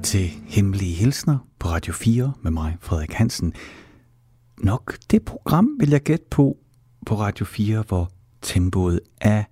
til Hemmelige Hilsner på Radio 4 med mig, Frederik Hansen. Nok det program, vil jeg gætte på Radio 4, hvor tempoet er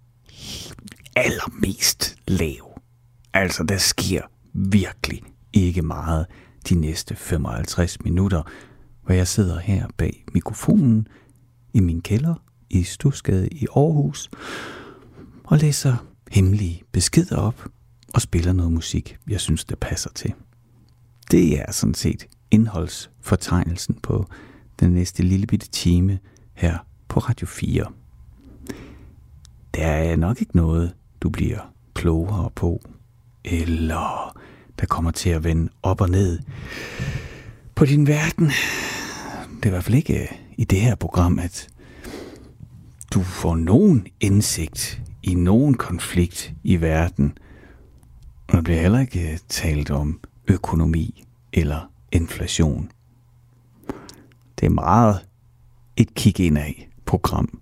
allermest lav. Altså, der sker virkelig ikke meget de næste 55 minutter, hvor jeg sidder her bag mikrofonen i min kælder i Studsgade i Aarhus og læser hemmelige beskeder op og spiller noget musik, jeg synes, det passer til. Det er sådan set indholdsfortegnelsen på den næste lille bitte time her på Radio 4. Der er nok ikke noget, du bliver klogere på, eller der kommer til at vende op og ned på din verden. Det er i hvert fald ikke i det her program, at du får nogen indsigt i nogen konflikt i verden. Og der bliver heller ikke talt om økonomi eller inflation. Det er meget et kig indad program.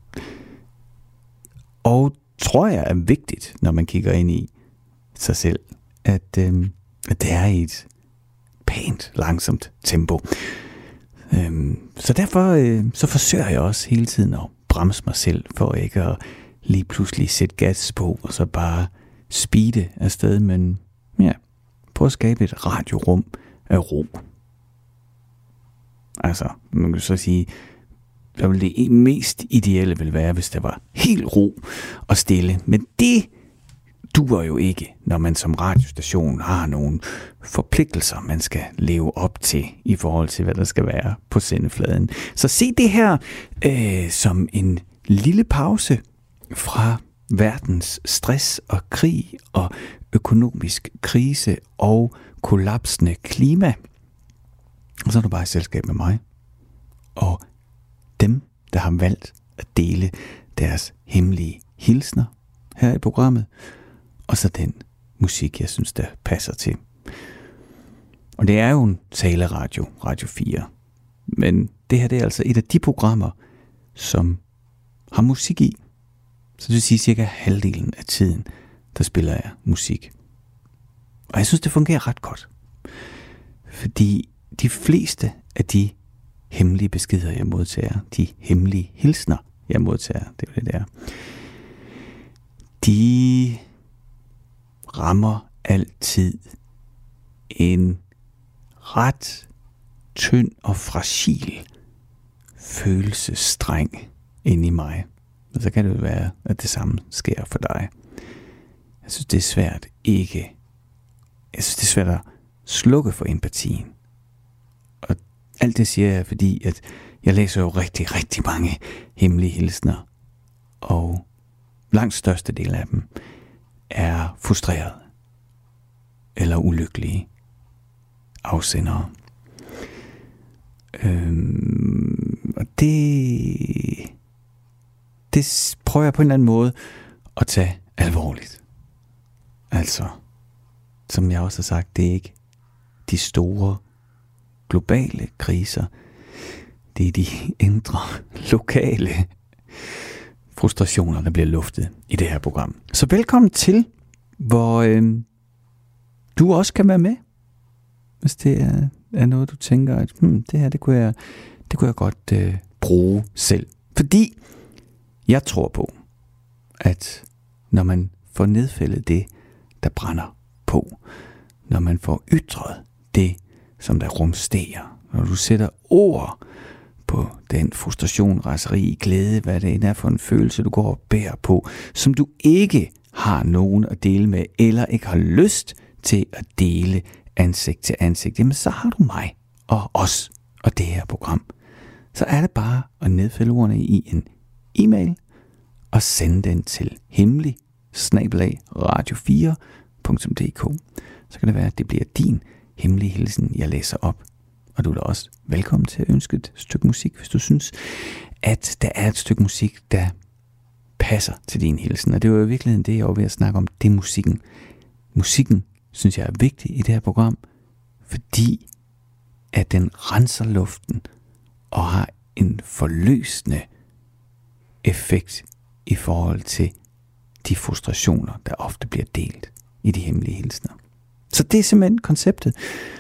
Og tror jeg er vigtigt, når man kigger ind i sig selv, at det er i et pænt, langsomt tempo. Så derfor så forsøger jeg også hele tiden at bremse mig selv, for ikke at lige pludselig sætte gas på, og så bare speede afsted, men ja, prøv at skabe et radiorum af ro. Altså, man kan så sige, hvad vil det mest ideelle vil være, hvis der var helt ro og stille, men det duer jo ikke, når man som radiostation har nogle forpligtelser, man skal leve op til i forhold til, hvad der skal være på sendefladen. Så se det her som en lille pause fra verdens stress og krig og økonomisk krise og kollapsende klima. Og så er du bare i selskab med mig og dem, der har valgt at dele deres hemmelige hilsner her i programmet, og så den musik, jeg synes, der passer til. Og det er jo en taleradio, Radio 4. Men det her, det er altså et af de programmer, som har musik i. Så det vil sige cirka halvdelen af tiden, der spiller jeg musik. Og jeg synes, det fungerer ret godt. Fordi de fleste af de hemmelige beskeder, jeg modtager, de hemmelige hilsner, jeg modtager, det er det der, de rammer altid en ret tynd og fragil følelsesstreng inde i mig. Og så kan det jo være, at det samme sker for dig. Jeg synes, det er svært at slukke for empatien. Og alt det siger jeg, fordi at jeg læser jo rigtig, rigtig mange hemmelige hilsner. Og langt største del af dem er frustreret eller ulykkelige afsendere. Og det prøver jeg på en eller anden måde at tage alvorligt. Altså, som jeg også har sagt, det er ikke de store globale kriser. Det er de indre, lokale frustrationer, der bliver luftet i det her program. Så velkommen til, hvor du også kan være med, hvis det er noget, du tænker, at det her, det kunne jeg godt bruge selv. Fordi jeg tror på, at når man får nedfældet det, der brænder på, når man får ytret det, som der rumsterer, når du sætter ord på den frustration, raseri, glæde, hvad det er for en følelse, du går og bærer på, som du ikke har nogen at dele med, eller ikke har lyst til at dele ansigt til ansigt, jamen så har du mig og os og det her program. Så er det bare at nedfælde ordene i en e-mail og sende den til hemmelig@radio4.dk. Så kan det være, at det bliver din hemmelige hilsen, jeg læser op. Og du er da også velkommen til at ønske et stykke musik, hvis du synes, at der er et stykke musik, der passer til din hilsen. Og det var jo i virkeligheden det, jeg var ved at snakke om, det er musikken. Musikken synes jeg er vigtig i det her program, fordi at den renser luften og har en forløsende effekt i forhold til de frustrationer, der ofte bliver delt i de hemmelige hilsner. Så det er simpelthen konceptet.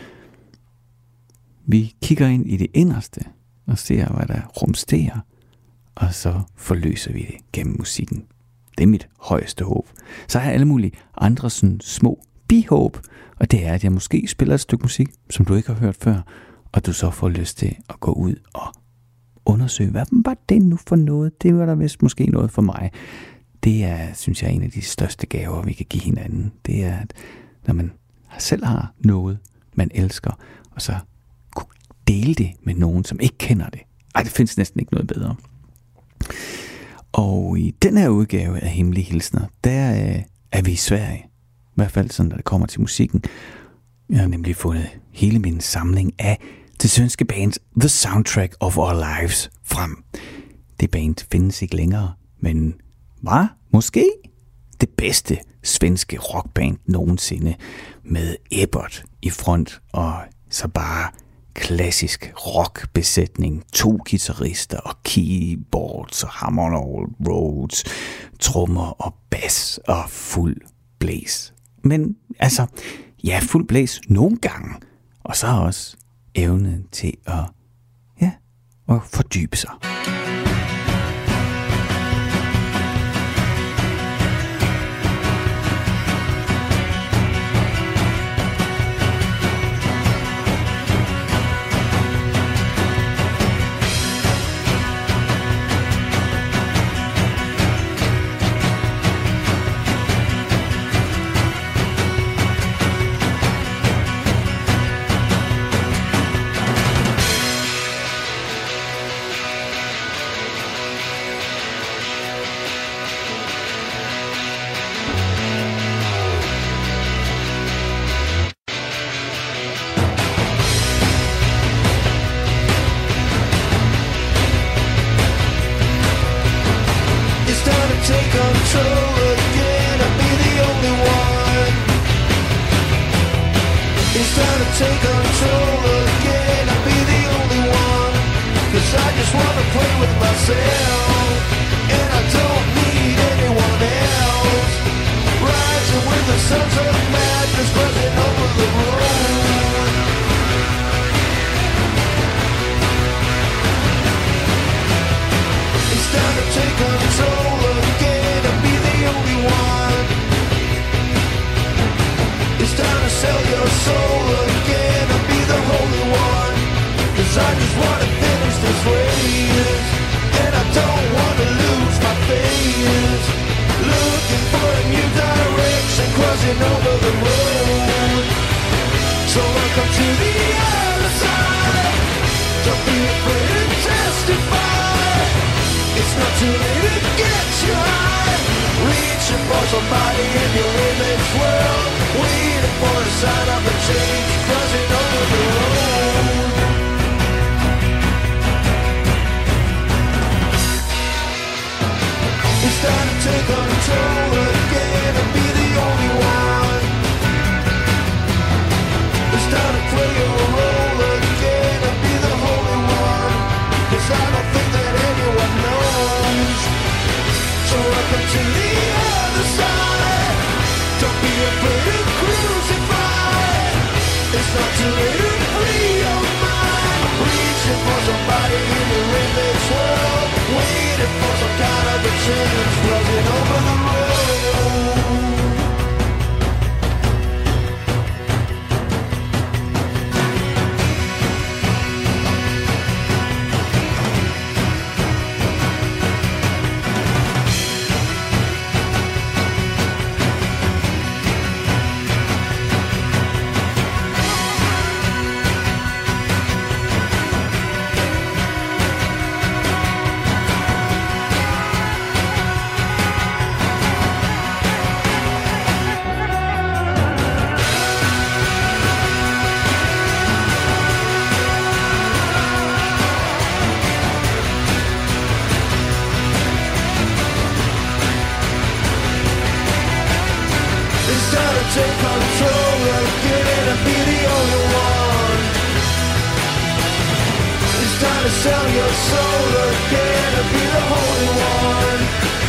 Vi kigger ind i det inderste og ser, hvad der rumsterer, og så forløser vi det gennem musikken. Det er mit højeste håb. Så har jeg alle mulige andre sådan små bihåb, og det er, at jeg måske spiller et stykke musik, som du ikke har hørt før, og du så får lyst til at gå ud og undersøge, hvad var det nu for noget? Det var der vist måske noget for mig. Det er, synes jeg, en af de største gaver, vi kan give hinanden. Det er, at når man selv har noget, man elsker, og så kunne dele det med nogen, som ikke kender det. Det findes næsten ikke noget bedre. Og i den her udgave af Hemmelige Hilsner, der er vi i Sverige. I hvert fald sådan, når det kommer til musikken. Jeg har nemlig fundet hele min samling af det svenske band The Soundtrack of Our Lives frem. Det band findes ikke længere, men var måske det bedste svenske rockband nogensinde, med Ebbot i front og så bare klassisk rockbesætning, 2 guitarister og keyboards og Hammond og Rhodes, trommer og bas og fuld blæs. Men altså, ja, fuld blæs nogle gange, og så også evnen til at fordybe sig.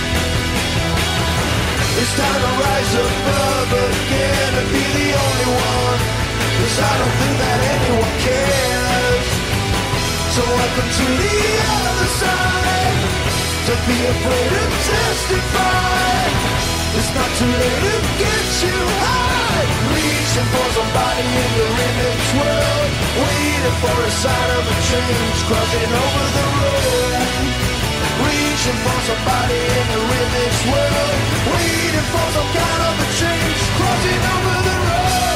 It's time to rise above again and be the only one. 'cause I don't think that anyone cares. So welcome to the other side. Don't be afraid to testify. It's not too late to get you high. Reaching for somebody in your image world, waiting for a sign of a change crossing over the road. Reaching for somebody in your image world, waiting for some kind of a change crossing over the road.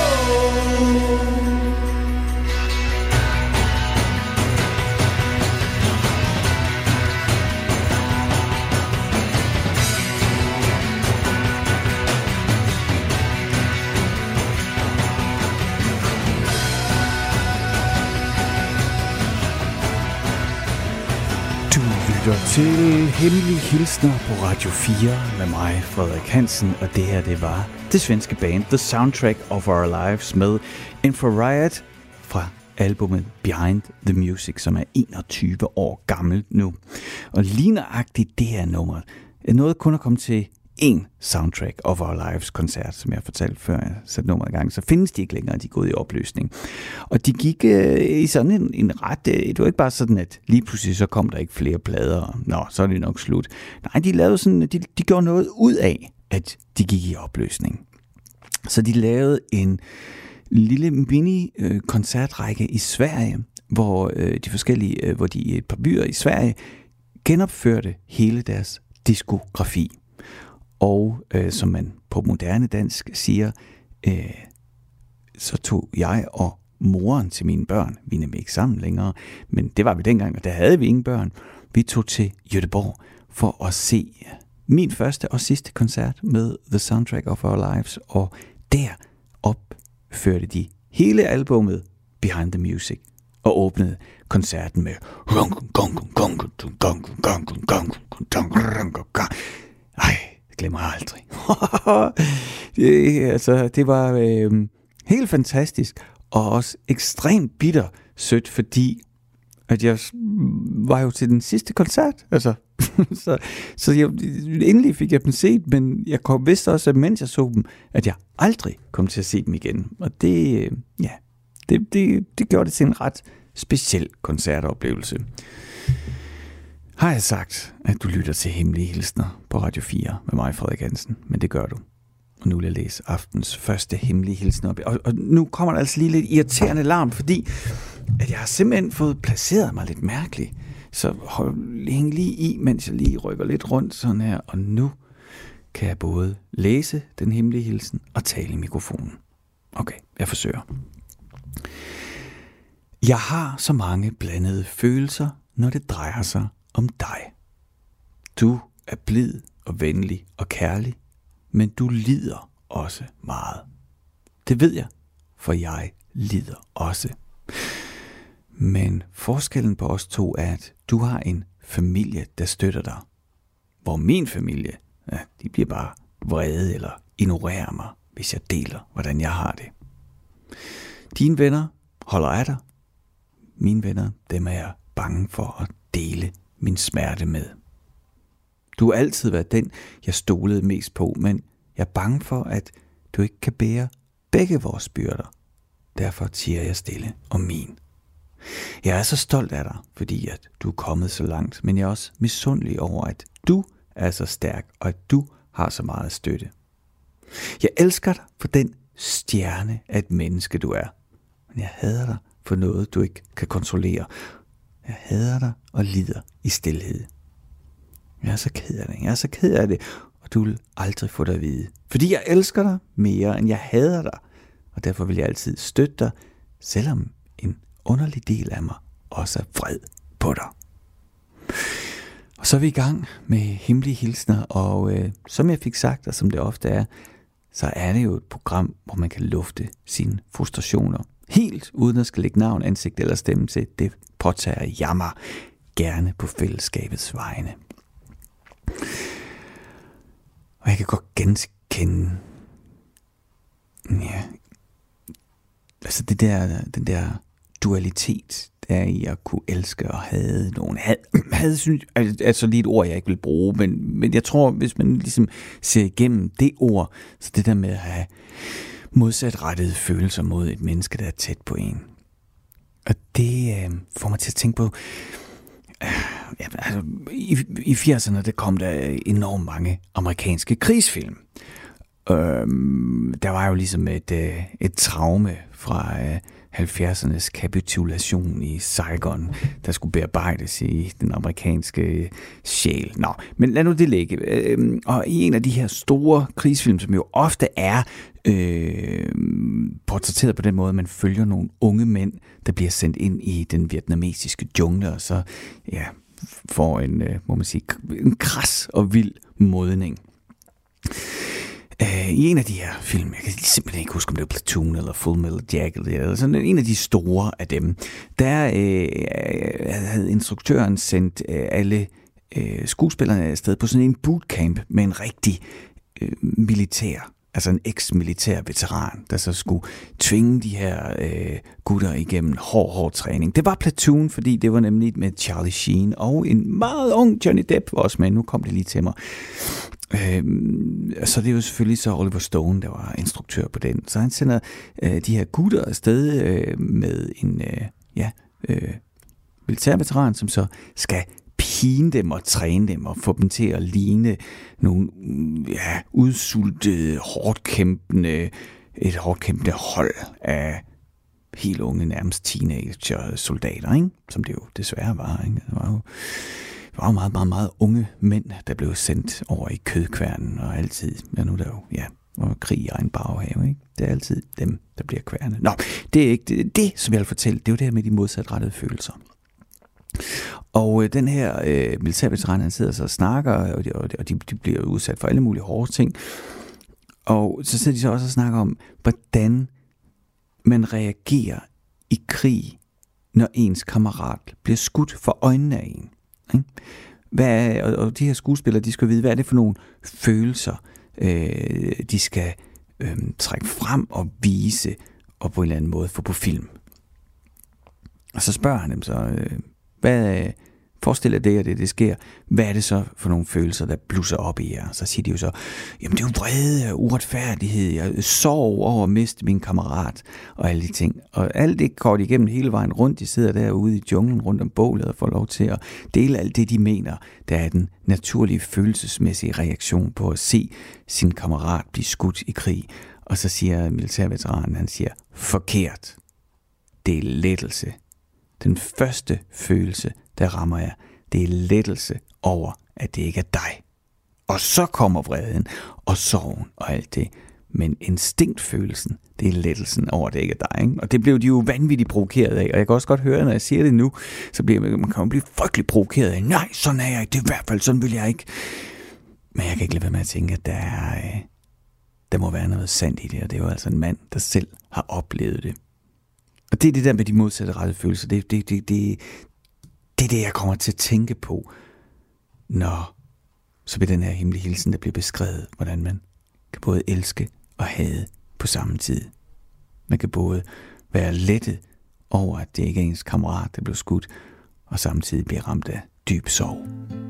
Til Hemmelige Hilsner på Radio 4 med mig, Frederik Hansen, og det her, det var det svenske band The Soundtrack of Our Lives med Infrared fra albumet Behind the Music, som er 21 år gammel nu. Og lige nøjagtigt det her nummer er noget kun at komme til en Soundtrack of Our Lives koncert, som jeg fortalte før jeg satte nummeret i gang, så findes de ikke længere, de er gået i opløsning. Og de gik i sådan en ret, det var ikke bare sådan, at lige pludselig så kom der ikke flere plader, og nå, så er det nok slut. Nej, de lavede sådan, de gjorde noget ud af, at de gik i opløsning. Så de lavede en lille mini-koncertrække i Sverige, hvor de i et par byer i Sverige genopførte hele deres diskografi. Og som man på moderne dansk siger, så tog jeg og moren til mine børn, vi er nemlig ikke sammen længere, men det var vi dengang, og der havde vi ingen børn, vi tog til Göteborg for at se min første og sidste koncert med The Soundtrack of Our Lives, og der opførte de hele albumet Behind the Music, og åbnede koncerten med det glemmer jeg aldrig. Det var helt fantastisk, og også ekstremt bitter sødt, fordi at jeg var jo til den sidste koncert, så jeg, endelig fik jeg dem set, men jeg vidste også, at mens jeg så dem, at jeg aldrig kom til at se dem igen. Og det gjorde det til en ret speciel koncertoplevelse. Har jeg sagt, at du lytter til Hemmelige Hilsner på Radio 4 med mig, Frederik Hansen, men det gør du. Og nu vil jeg læse aftens første Hemmelige Hilsner op. Og nu kommer der altså lige lidt irriterende larm, fordi at jeg har simpelthen fået placeret mig lidt mærkeligt. Så hæng lige i, mens jeg lige rykker lidt rundt sådan her. Og nu kan jeg både læse den hemmelige hilsen og tale i mikrofonen. Okay, jeg forsøger. Jeg har så mange blandede følelser, når det drejer sig om dig. Du er blid og venlig og kærlig, men du lider også meget. Det ved jeg, for jeg lider også. Men forskellen på os to er, at du har en familie, der støtter dig. Hvor min familie, de bliver bare vrede eller ignorerer mig, hvis jeg deler, hvordan jeg har det. Dine venner holder af dig. Mine venner, dem er jeg bange for at dele min smerte med. Du har altid været den, jeg stolede mest på, men jeg er bange for, at du ikke kan bære begge vores byrder. Derfor tiger jeg stille om min. Jeg er så stolt af dig, fordi at du er kommet så langt, men jeg er også misundelig over, at du er så stærk, og at du har så meget støtte. Jeg elsker dig for den stjerne af et menneske, du er. Men jeg hader dig for noget, du ikke kan kontrollere. Jeg hader dig og lider i stilhed. Jeg er så ked af det, og du vil aldrig få dig at vide. Fordi jeg elsker dig mere, end jeg hader dig, og derfor vil jeg altid støtte dig, selvom en underlig del af mig også er vred på dig. Og så er vi i gang med hemmelige hilsner, og som jeg fik sagt, og som det ofte er, så er det jo et program, hvor man kan lufte sine frustrationer. Helt uden at skal lægge navn, ansigt eller stemme til, det påtager jeg mig gerne på fællesskabets vegne. Og jeg kan godt genkende, altså den der dualitet, der er i at kunne elske og hade nogen. Had synes altså lige et ord, jeg ikke vil bruge, men jeg tror, hvis man ligesom ser igennem det ord, så det der med at have modsatrettede følelser mod et menneske, der er tæt på en. Og det får mig til at tænke på, i 80'erne, der kom der enormt mange amerikanske krigsfilm. Der var jo ligesom et traume fra 70'ernes kapitulation i Saigon, der skulle bearbejdes i den amerikanske sjæl. Nå, men lad nu det ligge. Og i en af de her store krigsfilm, som jo ofte er portrætteret på den måde, man følger nogle unge mænd, der bliver sendt ind i den vietnamesiske jungle, og så får en kras og vild modning. I en af de her film, jeg kan simpelthen ikke huske, om det var Platoon eller Full Metal Jacket, eller sådan en af de store af dem, der havde instruktøren sendt alle skuespillerne afsted på sådan en bootcamp med en rigtig militær, altså en eks-militær veteran, der så skulle tvinge de her gutter igennem hård træning. Det var Platoon, fordi det var nemlig med Charlie Sheen og en meget ung Johnny Depp også med. Nu kom det lige til mig. Så det er jo selvfølgelig så Oliver Stone, der var instruktør på den. Så han sender de her gutter afsted med en militærveteran, som så skal pine dem og træne dem og få dem til at ligne nogle udsultede, et hårdkæmpende hold af helt unge, nærmest teenager-soldater, ikke? Som det jo desværre var. Ikke? Det var jo meget, meget, meget unge mænd, der blev sendt over i kødkværnen, og altid, nu der jo, og krig i egen baghave, ikke? Det er altid dem, der bliver kværnet. Nå, det er ikke det, som jeg vil fortælle. Det er jo det her med de modsatrettede følelser. Og den her militærveteran, han sidder så og snakker, og de bliver udsat for alle mulige hårde ting. Og så sidder de så også og snakker om, hvordan man reagerer i krig, når ens kammerat bliver skudt for øjnene af en. Og de her skuespillere, de skal vide, hvad er det for nogle følelser, de skal trække frem og vise, og på en eller anden måde få på film. Og så spørger han dem så, hvad forestiller det, at det sker? Hvad er det så for nogle følelser, der blusser op i jer? Så siger de jo så, jamen det er jo vrede, uretfærdighed, jeg sorg over at miste min kammerat, og alle de ting. Og alt det går de igennem hele vejen rundt. De sidder derude i junglen rundt om bålet og får lov til at dele alt det, de mener, der er den naturlige følelsesmæssige reaktion på at se sin kammerat blive skudt i krig. Og så siger militærveteranen, han siger, forkert. Det er lettelse. Den første følelse, der rammer jer, det er lettelse over, at det ikke er dig. Og så kommer vreden og sorgen og alt det. Men instinktfølelsen, det er lettelsen over, at det ikke er dig. Ikke? Og det blev de jo vanvittigt provokeret af. Og jeg kan også godt høre, når jeg siger det nu, så bliver man kan jo blive frygtelig provokeret af. Nej, sådan er jeg ikke. Det er i hvert fald, sådan vil jeg ikke. Men jeg kan ikke lade være med at tænke, at der må være noget sandt i det. Og det er jo altså en mand, der selv har oplevet det. Og det er det der med de modsatrettede følelser. Det er det, jeg kommer til at tænke på, når så ved den her hemmelige hilsen, der bliver beskrevet, hvordan man kan både elske og hade på samme tid. Man kan både være lettet over, at det ikke er ens kammerat, der blev skudt, og samtidig blive ramt af dyb sorg.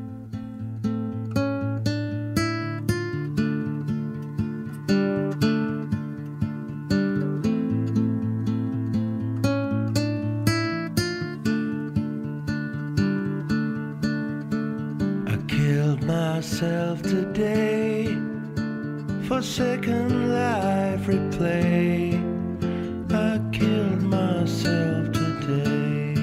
Myself today for second life replay. I killed myself today.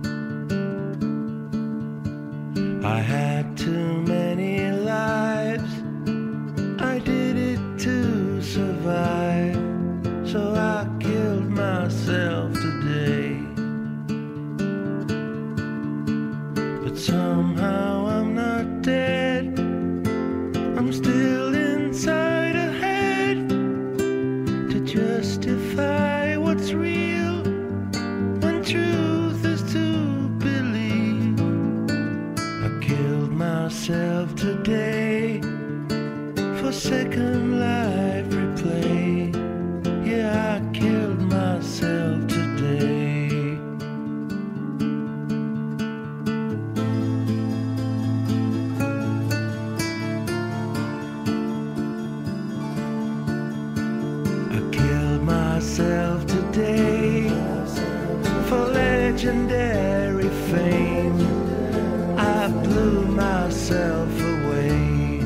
I had too many lives. I did it to survive. So I killed myself today. But somehow I'm not dead. I'm still inside a head to justify what's real when truth is to believe. I killed myself today for second life replay. Yeah, I killed myself today. I killed I blew myself away.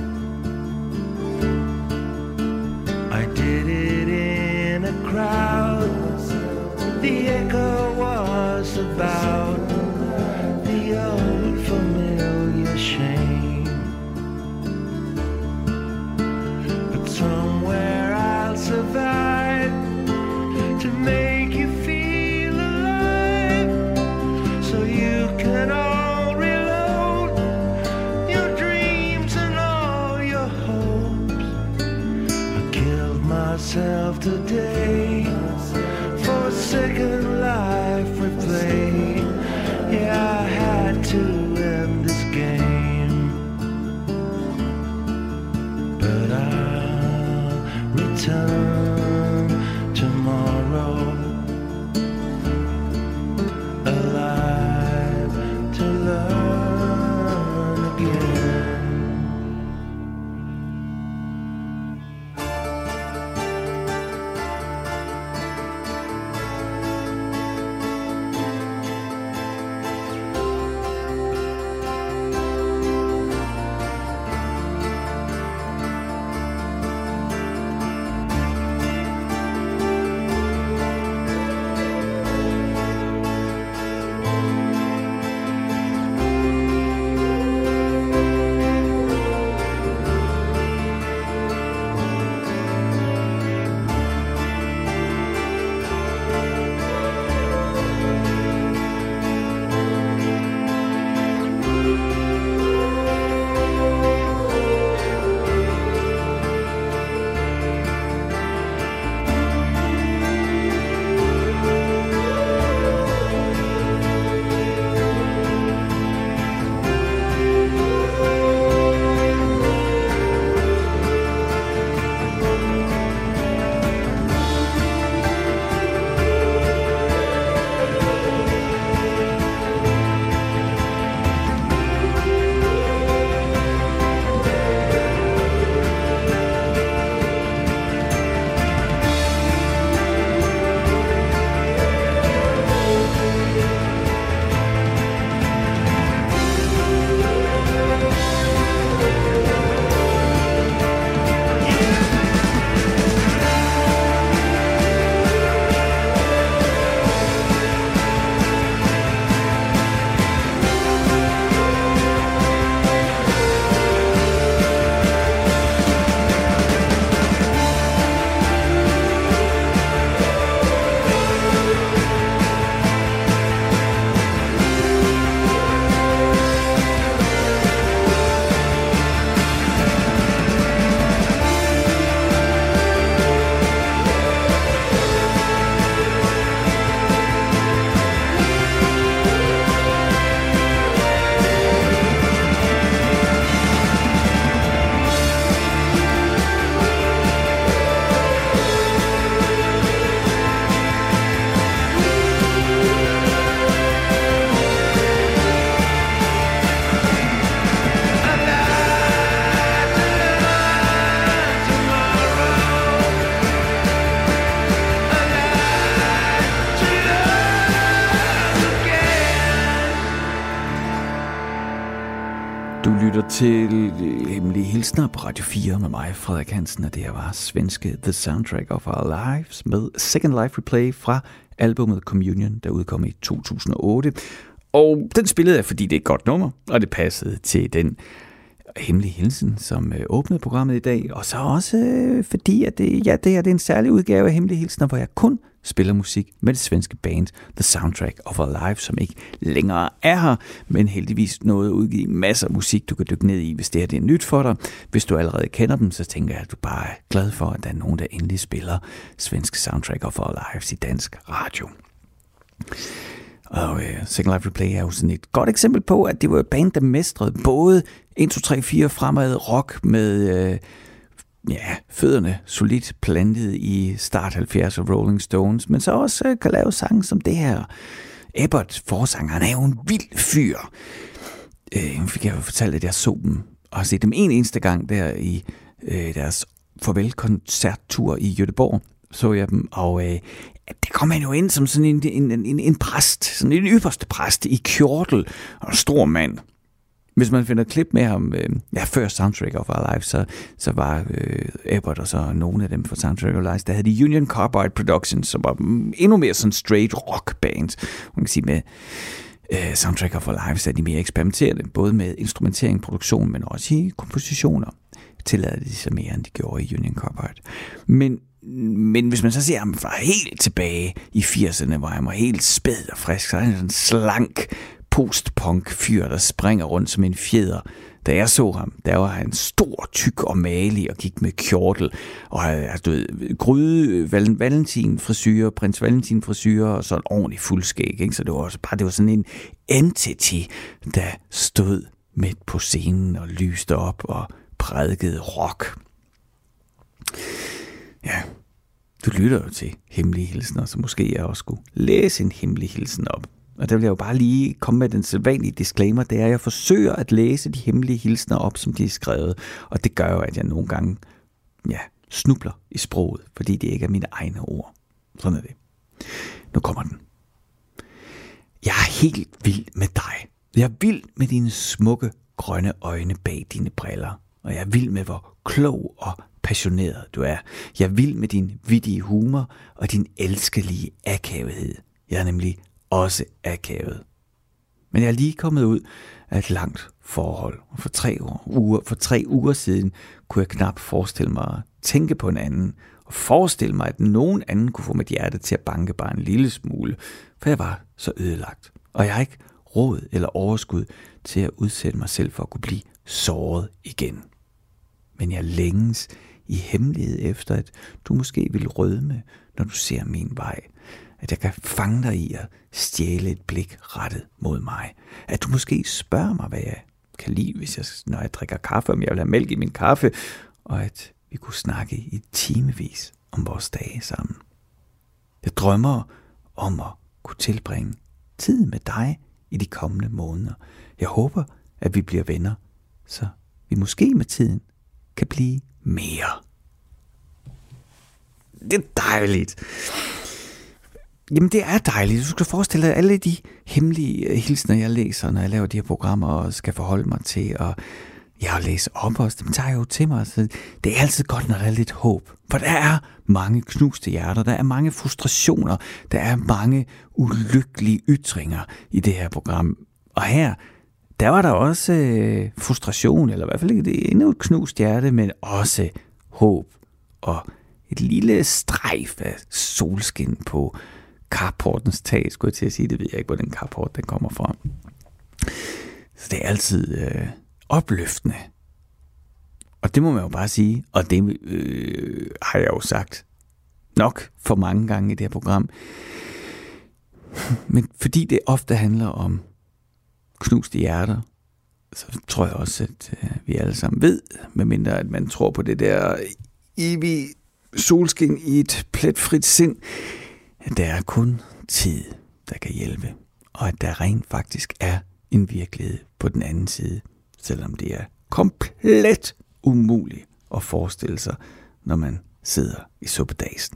I did it in a crowd. The echo was about the old familiar shame. But somewhere I'll survive to make you feel alive, so you can all reload your dreams and all your hopes. I killed myself today for a second life replay. Yeah, I had to end this game, but I'll return tomorrow, alive to learn again. lytter til Hemmelige Hilsner på Radio 4 med mig, Frederik Hansen, og det her var svenske The Soundtrack of Our Lives med Second Life Replay fra albumet Communion, der udkom i 2008. Og den spillede jeg, fordi det er et godt nummer, og det passede til den hemmelige hilsen, som åbnede programmet i dag. Og så også fordi, at det her det er en særlig udgave af Hemmelige Hilsner, hvor jeg kun spiller musik med det svenske band The Soundtrack of Our Lives, som ikke længere er her, men heldigvis noget at udgive masser af musik, du kan dykke ned i, hvis det her det er nyt for dig. Hvis du allerede kender dem, så tænker jeg, at du bare er glad for, at der er nogen, der endelig spiller svenske Soundtrack of Our Lives i dansk radio. Og Second Life Replay er jo sådan et godt eksempel på, at det var et band, der mestrede både 1, 2, 3, 4 fremad rock med fødderne solidt plantet i start 70 og Rolling Stones, men så også kan lave sange som det her. Ebbert, forsangeren, er jo en vild fyr. Fik jeg jo fortalt, at jeg så dem og har set dem en eneste gang der i deres farvelkoncerttur i Göteborg. Så jeg dem, og der kom han jo ind som sådan en præst, sådan en ypperste præst i kjortel og en stor mand. Hvis man finder klip med ham, før Soundtrack of Our Lives, så var Abbott og så nogle af dem fra Soundtrack of Our Lives, der havde de Union Carbide Productions, som var endnu mere sådan straight rock band. Man kan sige med Soundtrack of Our Lives er de mere eksperimenterende, både med instrumentering, produktion, men også i kompositioner. Tillader de sig mere, end de gjorde i Union Carbide. Men hvis man så ser ham fra helt tilbage i 80'erne, hvor han var helt spæd og frisk, så er han sådan en slank post-punk fyr, der springer rundt som en fjeder. Da jeg så ham, der var han stor, tyk og malig og gik med kjortel og havde gryde Valentin-frisyrer, prins Valentin-frisyrer og så en ordentlig fuldskæg. Ikke? Så det var sådan en entity, der stod midt på scenen og lyste op og prædikede rock. Ja, du lytter jo til hemmelige hilsener, så måske jeg også skulle læse en hemmelig hilsen op. Og der vil jeg jo bare lige komme med den sædvanlige disclaimer, det er, at jeg forsøger at læse de hemmelige hilsener op, som de er skrevet. Og det gør jo, at jeg nogle gange snubler i sproget, fordi det ikke er mine egne ord. Sådan er det. Nu kommer den. Jeg er helt vild med dig. Jeg er vild med dine smukke, grønne øjne bag dine briller. Og jeg er vild med, hvor klog og passioneret du er. Jeg er vild med din vittige humor og din elskelige akavethed. Jeg er nemlig også akavet. Men jeg er lige kommet ud af et langt forhold. Og for 3 uger siden kunne jeg knap forestille mig at tænke på en anden. Og forestille mig, at nogen anden kunne få mit hjerte til at banke bare en lille smule. For jeg var så ødelagt. Og jeg har ikke råd eller overskud til at udsætte mig selv for at kunne blive såret igen. Men jeg længes i hemmelighed efter, at du måske vil rødme, når du ser min vej. At jeg kan fange dig i at stjæle et blik rettet mod mig. At du måske spørger mig, hvad jeg kan lide, når jeg drikker kaffe, om jeg vil have mælk i min kaffe. Og at vi kunne snakke i timevis om vores dage sammen. Jeg drømmer om at kunne tilbringe tid med dig i de kommende måneder. Jeg håber, at vi bliver venner, så vi måske med tiden kan blive mere. Det er dejligt. Jamen, det er dejligt. Du skal forestille dig alle de hemmelige hilsner, jeg læser, når jeg laver de her programmer og skal forholde mig til, og jeg læser op også. Dem tager jeg jo til mig. Så det er altid godt, når der er lidt håb. For der er mange knuste hjerter, der er mange frustrationer, der er mange ulykkelige ytringer i det her program. Og her, der var der også frustration, eller i hvert fald ikke endnu et knust hjerte, men også håb og et lille strejf af solskin på carportens tag, skulle jeg til at sige. Det ved jeg ikke, hvor den carport den kommer fra. Så det er altid opløftende. Og det må man jo bare sige, og det har jeg jo sagt nok for mange gange i det her program. Men fordi det ofte handler om knuste hjerter, så tror jeg også, at vi alle sammen ved, medmindre at man tror på det der evige solskin i et pletfrit sind, at der er kun tid, der kan hjælpe, og at der rent faktisk er en virkelighed på den anden side, selvom det er komplet umuligt at forestille sig, når man sidder i suppedasen.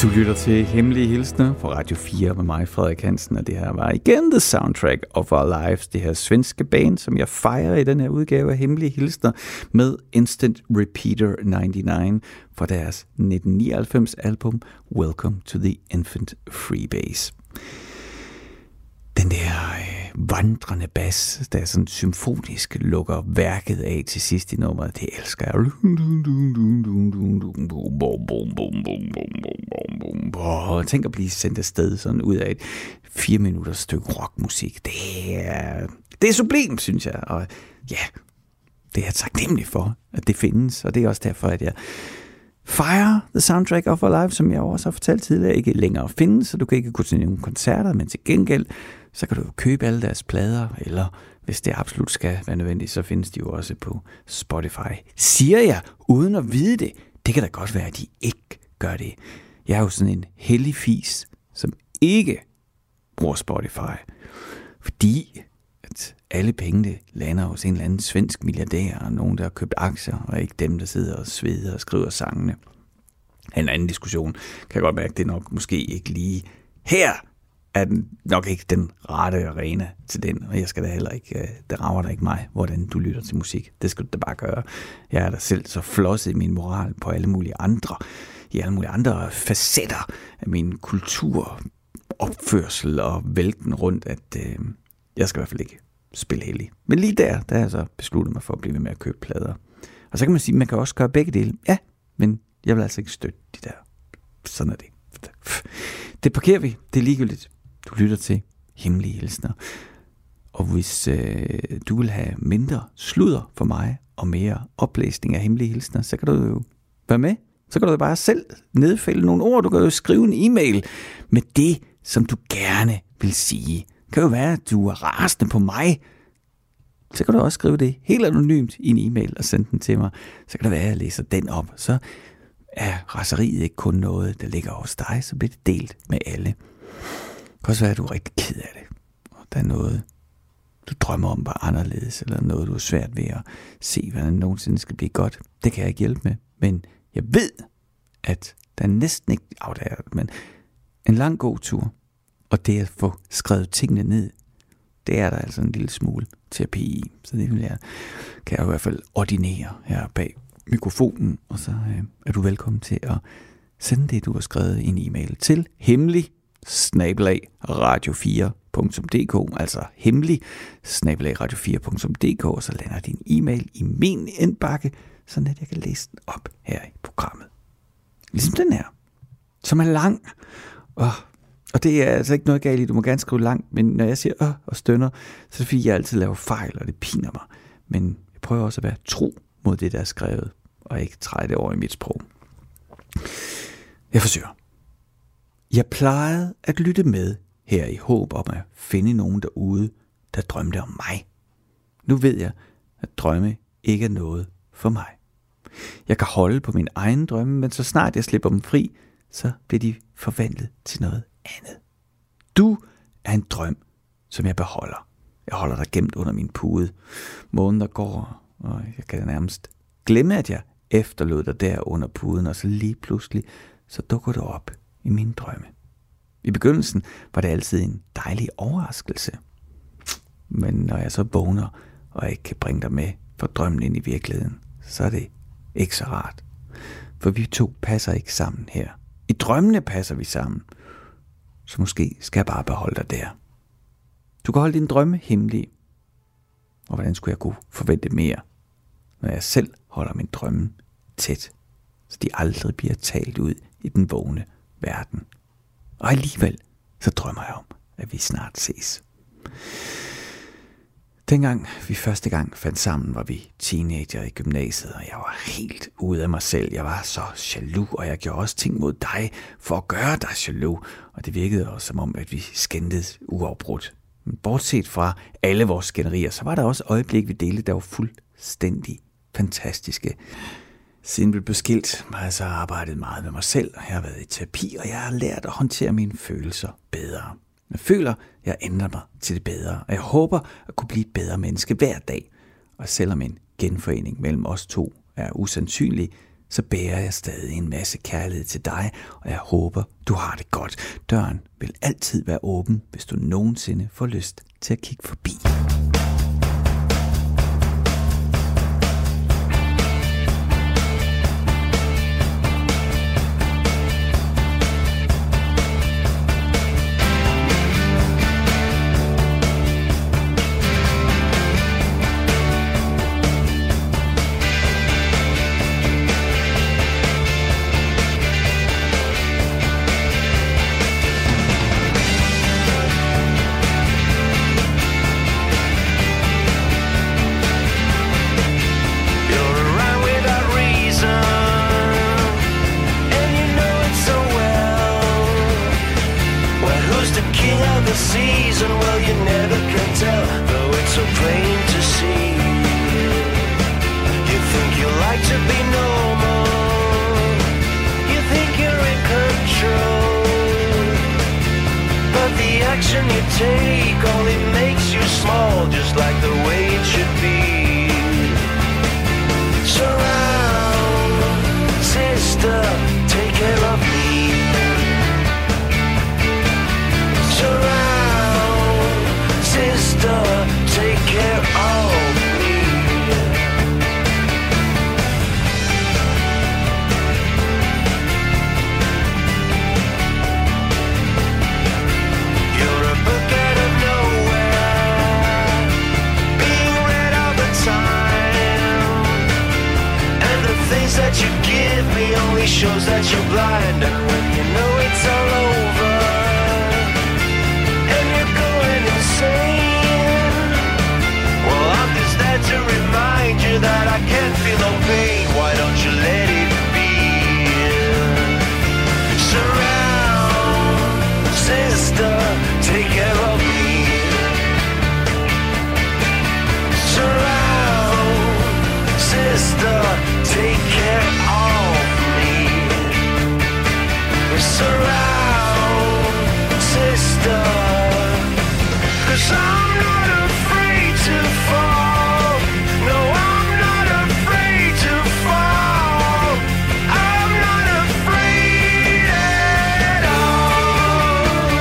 Du lytter til Hemmelige Hilsner på Radio 4 med mig, Frederik Hansen, og det her var igen The Soundtrack of Our Lives, det her svenske band, som jeg fejrer i den her udgave af Hemmelige Hilsner med Instant Repeater 99 fra deres 1999 album Welcome to the Infant Freebase. Den der vandrende bas, der sådan symfonisk lukker værket af til sidst i nummeret, det elsker jeg. Tænk at blive sendt afsted sådan ud af et 4 minutters stykke rockmusik. Det er sublimt, synes jeg. Og ja, det er jeg taknemmelig for, at det findes. Og det er også derfor, at jeg fejrer The Soundtrack of Our Lives, som jeg også har fortalt tidligere, ikke længere findes, så du kan ikke gå til nogle koncerter, men til gengæld så kan du købe alle deres plader, eller hvis det absolut skal være nødvendigt, så findes de jo også på Spotify. Siger jeg, uden at vide det. Det kan da godt være, at de ikke gør det. Jeg er jo sådan en hellig fis, som ikke bruger Spotify, fordi at alle pengene lander hos en eller anden svensk milliardær, og nogen, der har købt aktier, og ikke dem, der sidder og sveder og skriver sangene. En anden diskussion kan jeg godt mærke, det er nok måske ikke lige her, er den nok ikke den rette arena til den, og jeg skal da heller ikke, det rager da ikke mig, hvordan du lytter til musik. Det skal du da bare gøre. Jeg er da selv så flosset i min moral på alle mulige andre facetter af min kultur, opførsel og vælten rundt, at jeg skal i hvert fald ikke spille heldig. Men lige der har jeg så besluttet mig for at blive ved med at købe plader. Og så kan man sige, at man kan også gøre begge dele. Ja, men jeg vil altså ikke støtte de der. Sådan er det. Det parkerer vi. Det er ligegyldigt. Du lytter til Hemmelige Hilsner. Og hvis du vil have mindre sludder for mig og mere oplæsning af Hemmelige Hilsner, så kan du jo være med. Så kan du jo bare selv nedfælde nogle ord. Du kan jo skrive en e-mail med det, som du gerne vil sige. Det kan jo være, at du er rasende på mig. Så kan du også skrive det helt anonymt i en e-mail og sende den til mig. Så kan det være, at jeg læser den op. Så er raseriet ikke kun noget, der ligger hos dig, så bliver det delt med alle. Det kan også være, at du er rigtig ked af det. Og der er noget, du drømmer om var anderledes, eller noget, du er svært ved at se, hvordan nogensinde skal blive godt. Det kan jeg ikke hjælpe med. Men jeg ved, at der er næsten ikke men en lang god tur, og det at få skrevet tingene ned, det er der altså en lille smule terapi i. Så det kan jeg i hvert fald ordinere her bag mikrofonen, og så er du velkommen til at sende det, du har skrevet i en e-mail til hemmelig@radio4.dk, altså hemmelig@radio4.dk, og så lander din e-mail i min indbakke, så at jeg kan læse den op her i programmet. Ligesom den her, som er lang. Og det er altså ikke noget galt i, du må gerne skrive langt, men når jeg siger og stønner, så er det fordi, jeg altid laver fejl, og det piner mig. Men jeg prøver også at være tro mod det, der er skrevet, og ikke træde det over i mit sprog. Jeg forsøger. Jeg plejede at lytte med her i håb om at finde nogen derude, der drømte om mig. Nu ved jeg, at drømme ikke er noget for mig. Jeg kan holde på min egen drømme, men så snart jeg slipper dem fri, så bliver de forvandlet til noget andet. Du er en drøm, som jeg beholder. Jeg holder dig gemt under min pude. Måneder går, og jeg kan nærmest glemme, at jeg efterlod dig der under puden, og så lige pludselig, så dukker du op i mine drømme. I begyndelsen var det altid en dejlig overraskelse. Men når jeg så vågner, og ikke kan bringe dig med for drømmen ind i virkeligheden, så er det ikke så rart. For vi to passer ikke sammen her. I drømmene passer vi sammen. Så måske skal jeg bare beholde dig der. Du kan holde din drømme hemmelige. Og hvordan skulle jeg kunne forvente mere, når jeg selv holder min drømme tæt, så de aldrig bliver talt ud i den vågne verden. Og alligevel så drømmer jeg om, at vi snart ses. Dengang vi første gang fandt sammen, var vi teenager i gymnasiet, og jeg var helt ude af mig selv. Jeg var så jaloux, og jeg gjorde også ting mod dig for at gøre dig jaloux. Og det virkede også som om, at vi skændtes uafbrudt. Men bortset fra alle vores skænderier, så var der også øjeblik, vi delte, der var fuldstændig fantastiske. Siden vi blev skilt, har jeg så arbejdet meget med mig selv, og jeg har været i terapi, og jeg har lært at håndtere mine følelser bedre. Jeg føler, at jeg ændrer mig til det bedre, og jeg håber at kunne blive et bedre menneske hver dag. Og selvom en genforening mellem os to er usandsynlig, så bærer jeg stadig en masse kærlighed til dig, og jeg håber, du har det godt. Døren vil altid være åben, hvis du nogensinde får lyst til at kigge forbi. Shows that you're blind, and when you know it's all over and you're going insane, well, I'm just there to remind you that I can't feel no pain. Why don't you let it be? Surround, sister, take care of me. Surround, sister, take care of me. Surround, sister, 'cause I'm not afraid to fall. No, I'm not afraid to fall. I'm not afraid at all.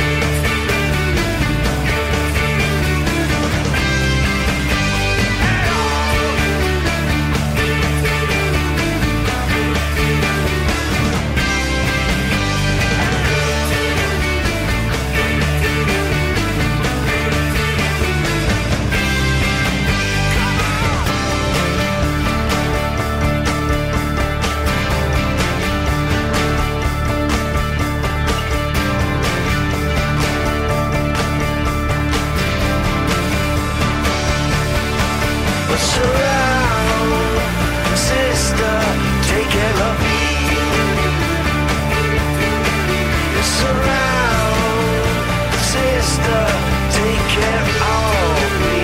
At all. Surround, sister, take care of me. Surround, sister, take care of me.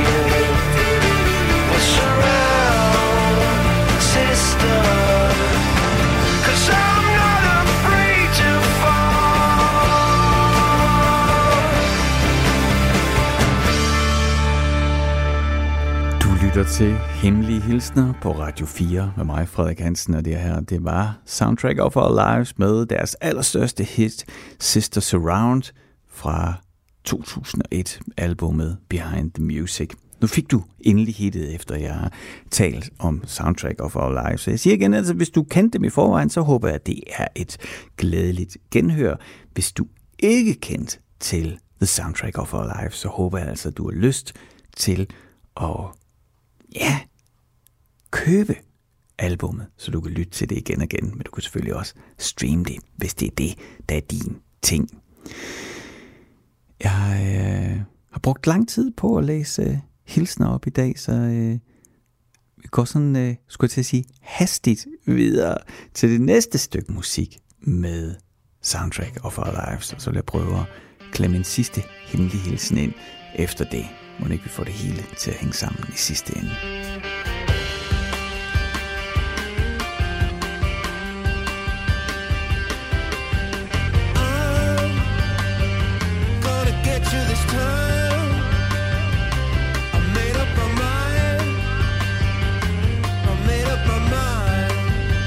Surround, sister, 'cause I'm not afraid to fall. Du lytter til Hemmelige Hilsner på Radio 4 med mig, Frederik Hansen, og det her, det var Soundtrack of Our Lives med deres allerstørste hit, Sister Surround, fra 2001, albumet Behind the Music. Nu fik du endelig hittet, efter jeg har talt om Soundtrack of Our Lives. Så jeg siger igen, altså hvis du kendte dem i forvejen, så håber jeg, at det er et glædeligt genhør. Hvis du ikke kendte til The Soundtrack of Our Lives, så håber jeg altså, at du har lyst til at købe albummet, så du kan lytte til det igen og igen, men du kan selvfølgelig også streame det, hvis det er det, der er din ting. Jeg har brugt lang tid på at læse hilsner op i dag, så vi går sådan, skulle jeg til at sige, hastigt videre til det næste stykke musik med Soundtrack of Our Lives, og så vil jeg prøve at klemme en sidste hemmelig hilsen ind efter det. Må ikke vi får det hele til at hænge sammen i sidste ende. I made up my mind.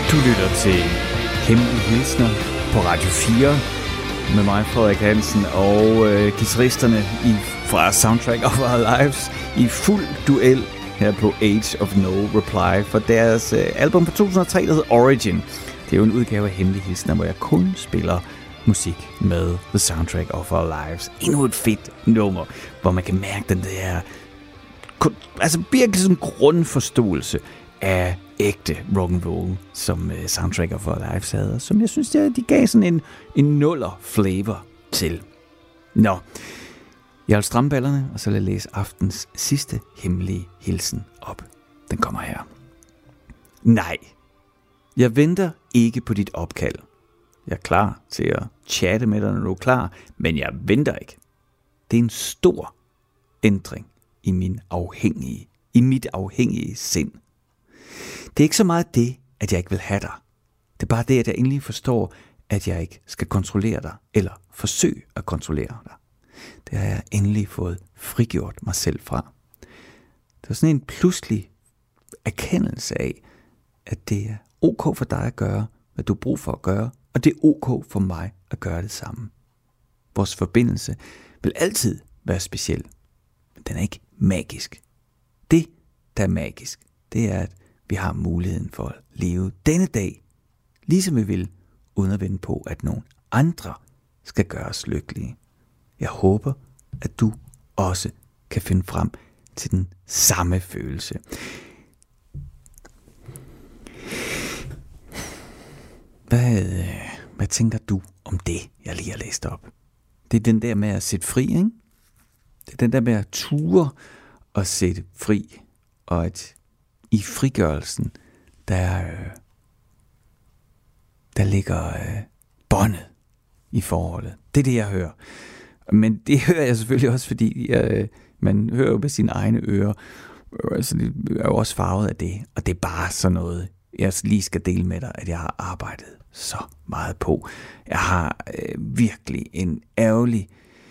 Du lytter til Hemmelige Hilsner på Radio 4 med mig, Frederik Hansen, og guitaristerne fra Soundtrack of Our Lives i fuld duel her på Age of No Reply for deres album fra 2003, der hedder Origin. Det er jo en udgave af Hemmelige Hilsner, hvor jeg kun spiller musik med The Soundtrack of Our Lives. Endnu et fedt nummer, hvor man kan mærke den der virkelig sådan grundforståelse af ægte rock'n'roll, som Soundtrack of Our Lives havde, som jeg synes, de gav sådan en nuller flavor til. Nå, jeg vil stramme ballerne, og så vil jeg læse aftens sidste hemmelige hilsen op. Den kommer her. Nej, jeg venter ikke på dit opkald. Jeg er klar til at chatte med dig, når du er klar, men jeg venter ikke. Det er en stor ændring i mit afhængige sind. Det er ikke så meget det, at jeg ikke vil have dig. Det er bare det, at jeg endelig forstår, at jeg ikke skal kontrollere dig, eller forsøge at kontrollere dig. Det har jeg endelig fået frigjort mig selv fra. Det var sådan en pludselig erkendelse af, at det er ok for dig at gøre, hvad du har brug for at gøre, og det er ok for mig at gøre det samme. Vores forbindelse vil altid være speciel, men den er ikke magisk. Det, der er magisk, det er, at vi har muligheden for at leve denne dag, ligesom vi vil, uden at vente på, at nogen andre skal gøre os lykkelige. Jeg håber, at du også kan finde frem til den samme følelse. Hvad tænker du om det, jeg lige har læst op? Det er den der med at sætte fri, ikke? Det er den der med at ture og sætte fri, og at i frigørelsen, der ligger båndet i forholdet. Det er det, jeg hører. Men det hører jeg selvfølgelig også, fordi man hører jo med sine egne ører, så det er jo også farvet af det. Og det er bare sådan noget, jeg lige skal dele med dig, at jeg har arbejdet så meget på. Jeg har virkelig en ærgerlig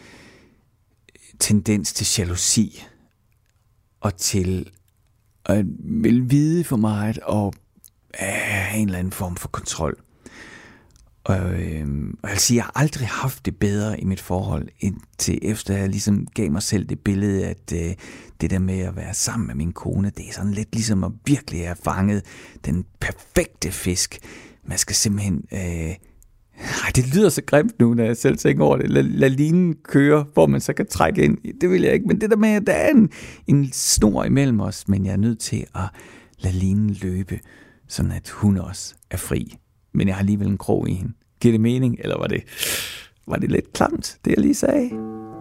tendens til jalousi, og til at vil vide for meget, og en eller anden form for kontrol. Og jeg vil sige, jeg har aldrig haft det bedre i mit forhold, indtil efter jeg ligesom gav mig selv det billede, at det der med at være sammen med min kone, det er sådan lidt ligesom at virkelig have fanget den perfekte fisk. Man skal simpelthen... det lyder så grimt nu, når jeg selv tænker over det. Lad linen køre, hvor man så kan trække ind. Det vil jeg ikke. Men det der med, at der er en snor imellem os, men jeg er nødt til at lade linen løbe, sådan at hun også er fri. Men jeg har alligevel en krog i hende. Giver det mening, eller var det lidt klamt, det jeg lige sagde?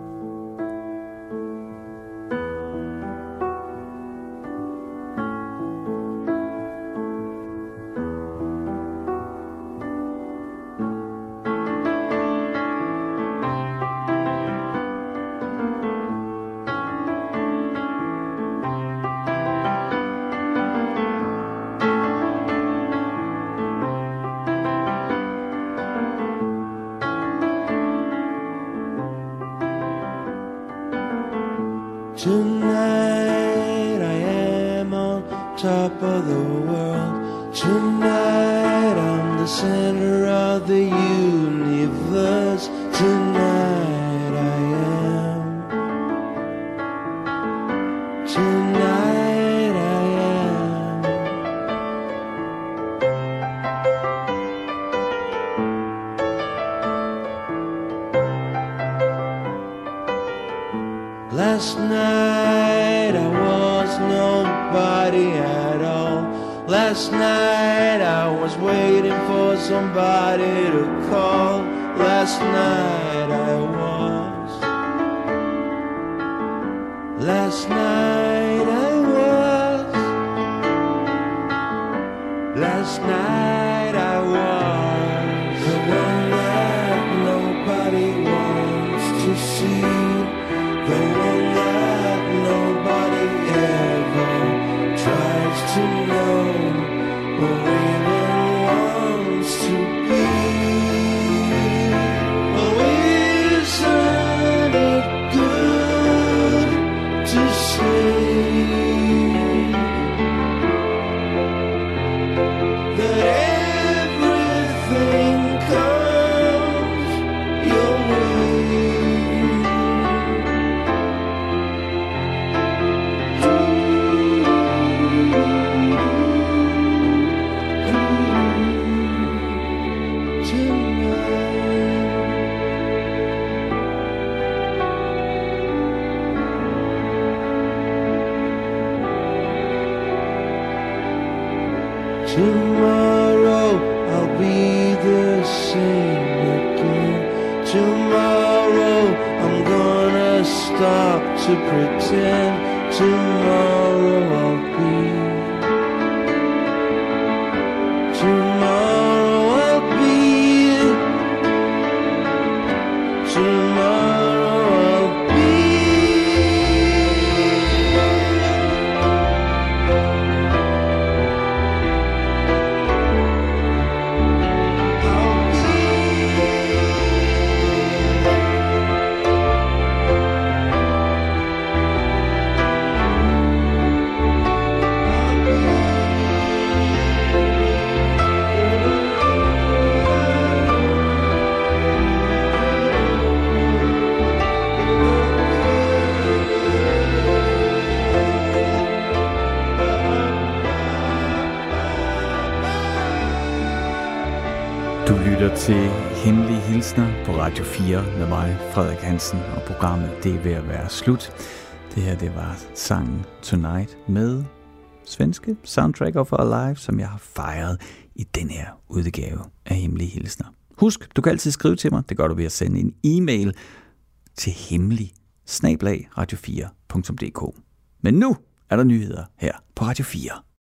Tonight I am on top of the world. Tonight I'm the center of the universe. Tonight I am. Tonight I am. Last night I was nobody at all. Last night I was waiting for somebody to call. Last night I was. Last night I was. Last night I was the one that nobody wants to see. The one that nobody ever tries to know or even wants to be. Oh, isn't it good to say that Tomorrow I'll be the same again. Tomorrow I'm gonna stop to pretend. Tomorrow I'll be. Tomorrow I'll be. Tomorrow I'll be. Du lytter til Hemmelige Hilsner på Radio 4 med mig, Frederik Hansen, og programmet det er ved at være slut. Det her, det var sangen Tonight med svenske Soundtrack of Our Lives, som jeg har fejret i den her udgave af Hemmelige Hilsner. Husk, du kan altid skrive til mig. Det gør du ved at sende en e-mail til hemmelig@radio4.dk. Men nu er der nyheder her på Radio 4.